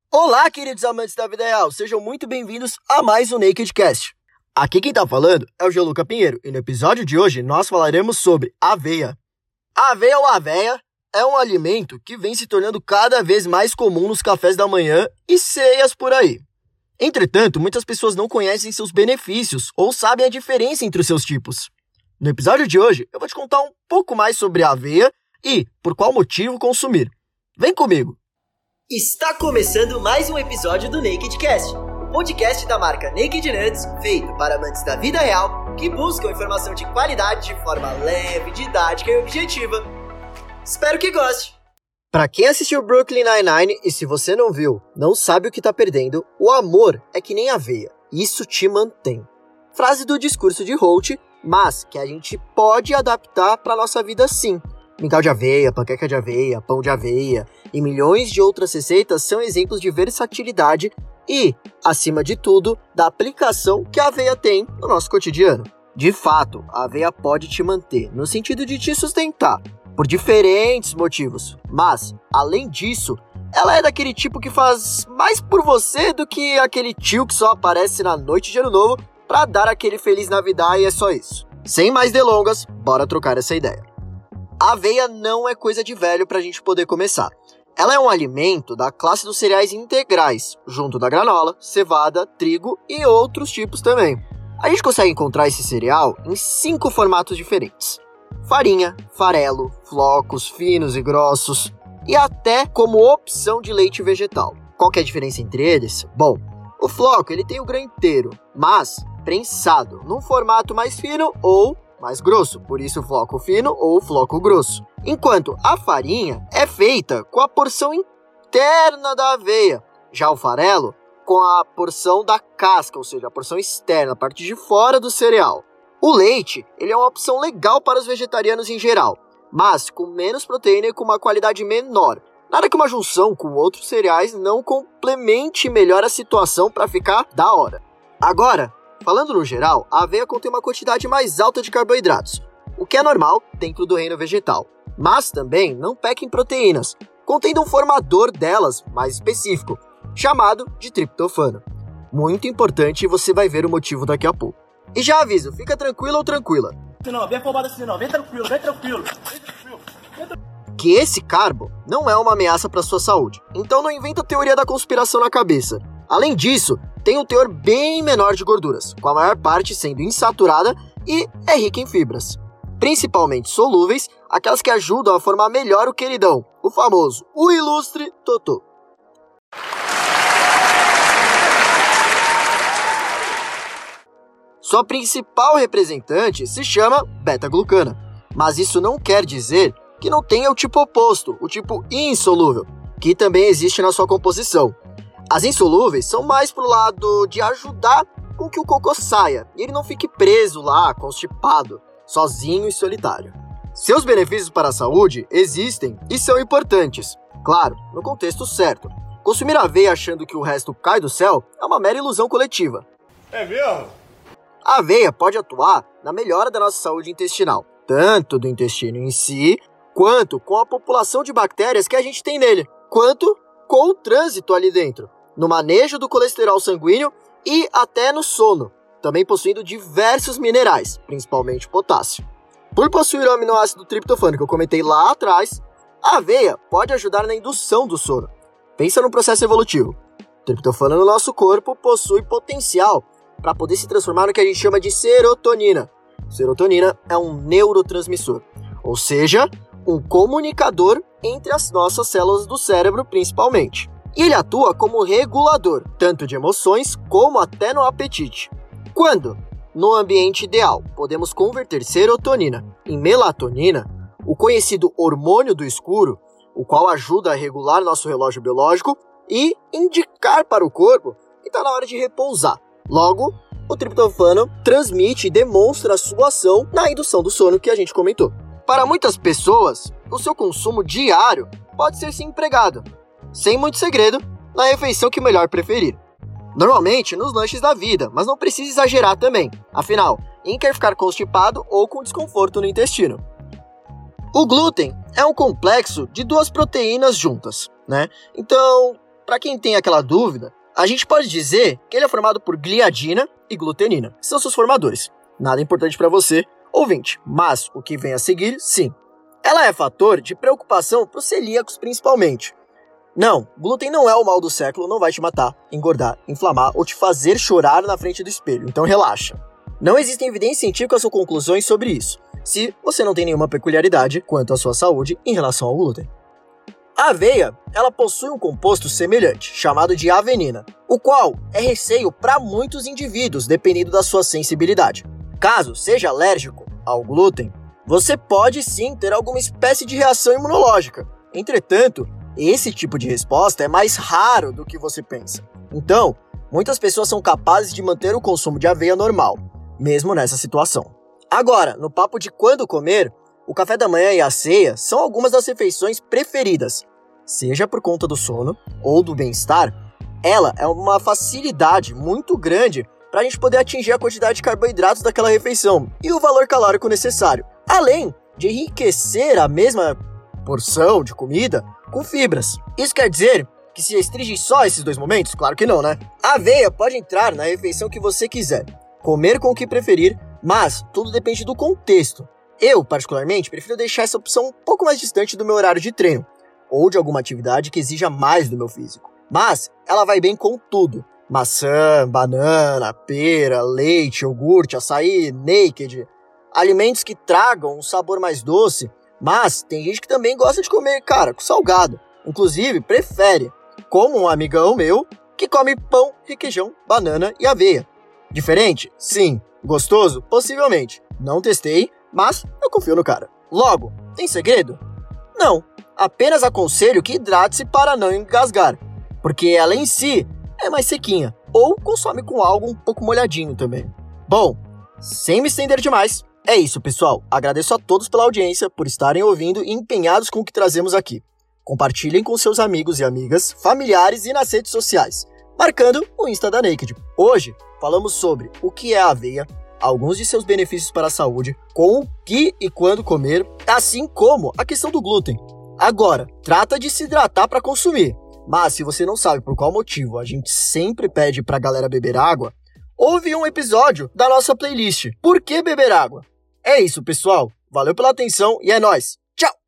Olá, queridos amantes da vida real, sejam muito bem-vindos a mais um Nakedcast. Aqui quem tá falando é o Gianluca Pinheiro e no episódio de hoje nós falaremos sobre aveia. A aveia ou aveia é um alimento que vem se tornando cada vez mais comum nos cafés da manhã e ceias por aí. Entretanto, muitas pessoas não conhecem seus benefícios ou sabem a diferença entre os seus tipos. No episódio de hoje eu vou te contar um pouco mais sobre a aveia e por qual motivo consumir. Vem comigo! Está começando mais um episódio do Nakedcast, o podcast da marca Naked Nuts, feito para amantes da vida real que buscam informação de qualidade de forma leve, didática e objetiva. Espero que goste! Para quem assistiu Brooklyn Nine-Nine e se você não viu, não sabe o que está perdendo, o amor é que nem aveia, isso te mantém. Frase do discurso de Holt, mas que a gente pode adaptar para nossa vida sim. Mingau de aveia, panqueca de aveia, pão de aveia e milhões de outras receitas são exemplos de versatilidade e, acima de tudo, da aplicação que a aveia tem no nosso cotidiano. De fato, a aveia pode te manter, no sentido de te sustentar, por diferentes motivos. Mas, além disso, ela é daquele tipo que faz mais por você do que aquele tio que só aparece na noite de ano novo para dar aquele Feliz Navidad e é só isso. Sem mais delongas, bora trocar essa ideia. A aveia não é coisa de velho para a gente poder começar. Ela é um alimento da classe dos cereais integrais, junto da granola, cevada, trigo e outros tipos também. A gente consegue encontrar esse cereal em 5 formatos diferentes: farinha, farelo, flocos finos e grossos, e até como opção de leite vegetal. Qual que é a diferença entre eles? Bom, o floco ele tem o grão inteiro, mas prensado, num formato mais fino ou mais grosso, por isso floco fino ou floco grosso. Enquanto a farinha é feita com a porção interna da aveia, já o farelo com a porção da casca, ou seja, a porção externa, a parte de fora do cereal. O leite, ele é uma opção legal para os vegetarianos em geral, mas com menos proteína e com uma qualidade menor. Nada que uma junção com outros cereais não complemente melhor a situação para ficar da hora. Agora, falando no geral, a aveia contém uma quantidade mais alta de carboidratos, o que é normal dentro do reino vegetal, mas também não peca em proteínas, contendo um formador delas mais específico, chamado de triptofano. Muito importante e você vai ver o motivo daqui a pouco. E já aviso, fica tranquilo ou tranquila. Não, vem afobado assim não, vem tranquilo. Que esse carbo não é uma ameaça para sua saúde, então não inventa a teoria da conspiração na cabeça. Além disso, tem um teor bem menor de gorduras, com a maior parte sendo insaturada e é rica em fibras. Principalmente solúveis, aquelas que ajudam a formar melhor o queridão, o famoso, o ilustre totô. Sua principal representante se chama beta-glucana, mas isso não quer dizer que não tenha o tipo oposto, o tipo insolúvel, que também existe na sua composição. As insolúveis são mais pro lado de ajudar com que o cocô saia e ele não fique preso lá, constipado, sozinho e solitário. Seus benefícios para a saúde existem e são importantes, claro, no contexto certo. Consumir aveia achando que o resto cai do céu é uma mera ilusão coletiva. É mesmo? A aveia pode atuar na melhora da nossa saúde intestinal, tanto do intestino em si, quanto com a população de bactérias que a gente tem nele, quanto com o trânsito ali dentro, no manejo do colesterol sanguíneo e até no sono, também possuindo diversos minerais, principalmente potássio. Por possuir o aminoácido triptofano que eu comentei lá atrás, a aveia pode ajudar na indução do sono. Pensa no processo evolutivo. O triptofano no nosso corpo possui potencial para poder se transformar no que a gente chama de serotonina. Serotonina é um neurotransmissor, ou seja, um comunicador entre as nossas células do cérebro principalmente. E ele atua como regulador, tanto de emoções como até no apetite. Quando, no ambiente ideal, podemos converter serotonina em melatonina, o conhecido hormônio do escuro, o qual ajuda a regular nosso relógio biológico e indicar para o corpo que está na hora de repousar. Logo, o triptofano transmite e demonstra a sua ação na indução do sono que a gente comentou. Para muitas pessoas, o seu consumo diário pode ser sim empregado, sem muito segredo, na refeição que melhor preferir. Normalmente nos lanches da vida, mas não precisa exagerar também. Afinal, quem quer ficar constipado ou com desconforto no intestino? O glúten é um complexo de 2 proteínas juntas, né? Então, para quem tem aquela dúvida, a gente pode dizer que ele é formado por gliadina e glutenina, que são seus formadores. Nada importante para você, ouvinte, mas o que vem a seguir, sim. Ela é fator de preocupação para os celíacos principalmente. Não, glúten não é o mal do século, não vai te matar, engordar, inflamar ou te fazer chorar na frente do espelho, então relaxa. Não existem evidências científicas ou conclusões sobre isso, se você não tem nenhuma peculiaridade quanto à sua saúde em relação ao glúten. A aveia, ela possui um composto semelhante, chamado de avenina, o qual é receio para muitos indivíduos, dependendo da sua sensibilidade. Caso seja alérgico ao glúten, você pode sim ter alguma espécie de reação imunológica. Entretanto, esse tipo de resposta é mais raro do que você pensa. Então, muitas pessoas são capazes de manter o consumo de aveia normal, mesmo nessa situação. Agora, no papo de quando comer, o café da manhã e a ceia são algumas das refeições preferidas. Seja por conta do sono ou do bem-estar, ela é uma facilidade muito grande para a gente poder atingir a quantidade de carboidratos daquela refeição e o valor calórico necessário, além de enriquecer a mesma porção de comida com fibras. Isso quer dizer que se restringe só esses dois momentos? Claro que não, né? A aveia pode entrar na refeição que você quiser, comer com o que preferir, mas tudo depende do contexto. Eu, particularmente, prefiro deixar essa opção um pouco mais distante do meu horário de treino, ou de alguma atividade que exija mais do meu físico. Mas ela vai bem com tudo. Maçã, banana, pera, leite, iogurte, açaí, naked. Alimentos que tragam um sabor mais doce, mas tem gente que também gosta de comer, cara, com salgado. Inclusive, prefere, como um amigão meu, que come pão, requeijão, banana e aveia. Diferente? Sim. Gostoso? Possivelmente. Não testei, mas eu confio no cara. Logo, tem segredo? Não. Apenas aconselho que hidrate-se para não engasgar, porque ela em si é mais sequinha, ou consome com algo um pouco molhadinho também. Bom, sem me estender demais, é isso, pessoal. Agradeço a todos pela audiência, por estarem ouvindo e empenhados com o que trazemos aqui. Compartilhem com seus amigos e amigas, familiares e nas redes sociais, marcando o Insta da Naked. Hoje, falamos sobre o que é a aveia, alguns de seus benefícios para a saúde, com o que e quando comer, assim como a questão do glúten. Agora, trata de se hidratar para consumir, mas se você não sabe por qual motivo a gente sempre pede pra galera beber água, ouve um episódio da nossa playlist Por que Beber Água? É isso, pessoal. Valeu pela atenção e é nóis!